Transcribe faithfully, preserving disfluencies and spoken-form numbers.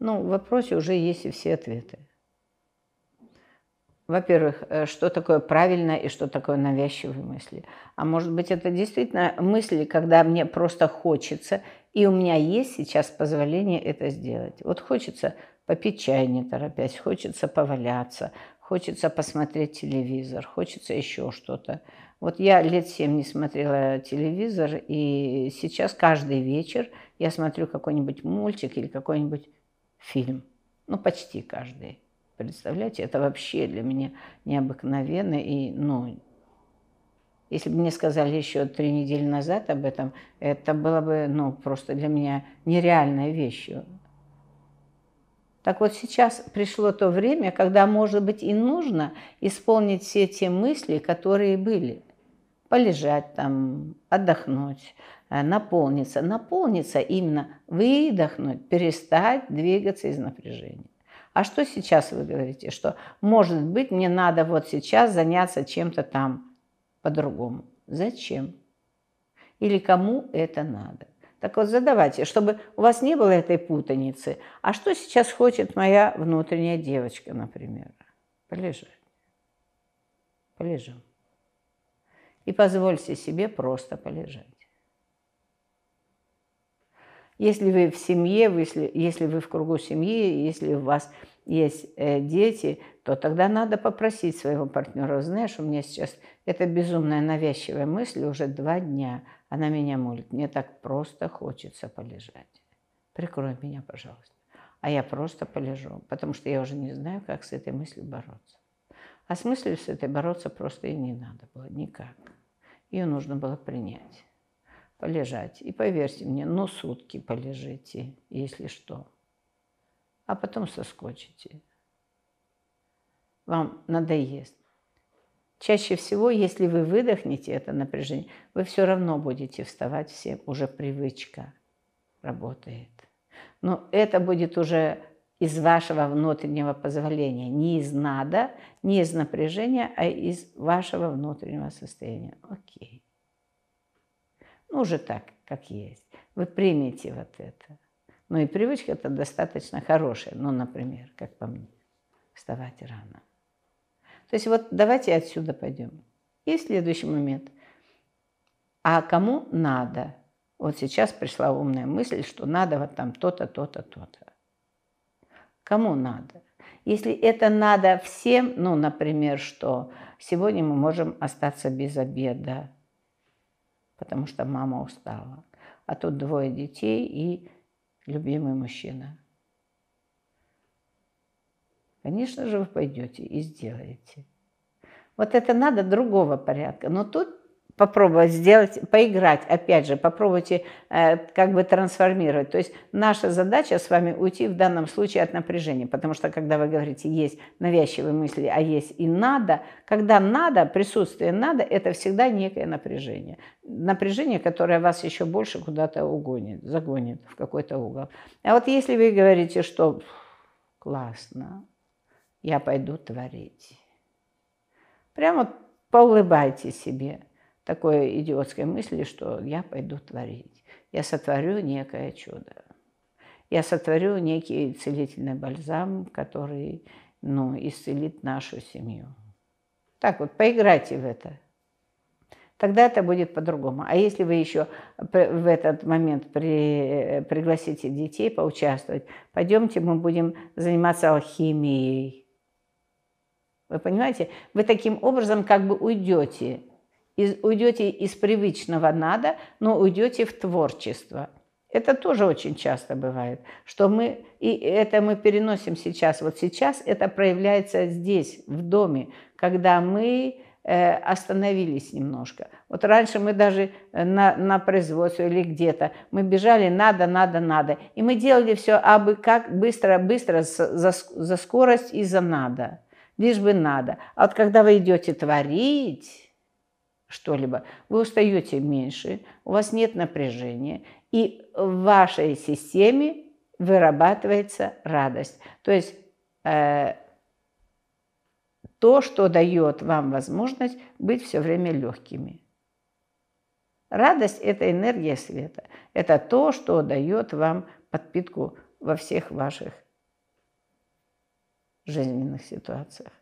Ну, в вопросе уже есть и все ответы. Во-первых, э, что такое правильно и что такое навязчивые мысли. А может быть, это действительно мысли, когда мне просто хочется, и у меня есть сейчас позволение это сделать. Вот хочется попить чай, не торопясь, хочется поваляться, хочется посмотреть телевизор, хочется еще что-то. Вот я лет семь не смотрела телевизор, и сейчас каждый вечер я смотрю какой-нибудь мультик или какой-нибудь фильм. Ну, почти каждый. Представляете, это вообще для меня необыкновенно. И, ну, если бы мне сказали еще три недели назад об этом, это было бы, ну, просто для меня нереальной вещью. Так вот сейчас пришло то время, когда, может быть, и нужно исполнить все те мысли, которые были. Полежать там, отдохнуть, наполниться. Наполниться именно, выдохнуть, перестать двигаться из напряжения. А что сейчас вы говорите? Что, может быть, мне надо вот сейчас заняться чем-то там по-другому. Зачем? Или кому это надо? Так вот задавайте, чтобы у вас не было этой путаницы. А что сейчас хочет моя внутренняя девочка, например? Полежать. Полежим. И позвольте себе просто полежать. Если вы в семье, если, если вы в кругу семьи, если у вас есть э, дети, то тогда надо попросить своего партнера. Знаешь, у меня сейчас эта безумная навязчивая мысль уже два дня. Она меня молит. Мне так просто хочется полежать. Прикрой меня, пожалуйста. А я просто полежу, потому что я уже не знаю, как с этой мыслью бороться. А с мыслью с этой бороться просто и не надо было никак. Ее нужно было принять. Полежать. И поверьте мне, ну сутки полежите, если что. А потом соскочите. Вам надоест. Чаще всего, если вы выдохнете это напряжение, вы все равно будете вставать всем. Уже привычка работает. Но это будет уже из вашего внутреннего позволения. Не из надо, не из напряжения, а из вашего внутреннего состояния. Окей. Ну, уже так, как есть. Вы примете вот это. Ну и привычка-то достаточно хорошая. Ну, например, как по мне, вставать рано. То есть вот давайте отсюда пойдем. И следующий момент. А кому надо? Вот сейчас пришла умная мысль, что надо вот там то-то, то-то, то-то. Кому надо? Если это надо всем, ну, например, что сегодня мы можем остаться без обеда, потому что мама устала. А тут двое детей и любимый мужчина. Конечно же, вы пойдете и сделаете. Вот это надо другого порядка. Но тут попробовать сделать, поиграть, опять же, попробуйте э, как бы трансформировать. То есть наша задача с вами уйти в данном случае от напряжения, потому что когда вы говорите, есть навязчивые мысли, а есть и надо, когда надо, присутствие надо, это всегда некое напряжение. Напряжение, которое вас еще больше куда-то угонит, загонит в какой-то угол. А вот если вы говорите, что классно, я пойду творить, прямо поулыбайте себе такой идиотской мысли, что я пойду творить. Я сотворю некое чудо. Я сотворю некий целительный бальзам, который, ну, исцелит нашу семью. Так вот, поиграйте в это. Тогда это будет по-другому. А если вы еще в этот момент при, пригласите детей поучаствовать, пойдемте, мы будем заниматься алхимией. Вы понимаете? Вы таким образом как бы уйдете. Из, уйдете из привычного «надо», но уйдете в творчество. Это тоже очень часто бывает, что мы, и это мы переносим сейчас. Вот сейчас это проявляется здесь, в доме, когда мы э, остановились немножко. Вот раньше мы даже на, на производстве или где-то, мы бежали «надо, надо, надо». И мы делали все абы как быстро, быстро, за, за скорость и за «надо». Лишь бы надо. А вот когда вы идете творить что-либо, вы устаете меньше, у вас нет напряжения, и в вашей системе вырабатывается радость. То есть э, то, что дает вам возможность быть все время легкими. Радость – это энергия света. Это то, что дает вам подпитку во всех ваших жизненных ситуациях.